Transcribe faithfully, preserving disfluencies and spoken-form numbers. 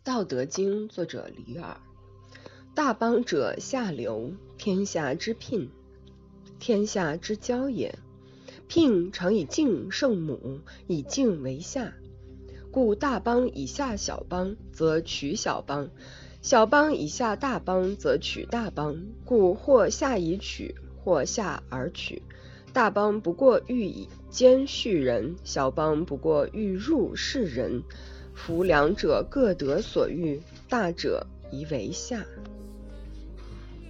道德经，作者李耳。大邦者下流，天下之聘，天下之交也。聘常以敬胜母，以敬为下。故大邦以下小邦，则取小邦；小邦以下大邦，则取大邦。故或下以取，或下而取。大邦不过欲以兼畜人，小邦不过欲入是人。夫两者各得所欲，大者宜为下。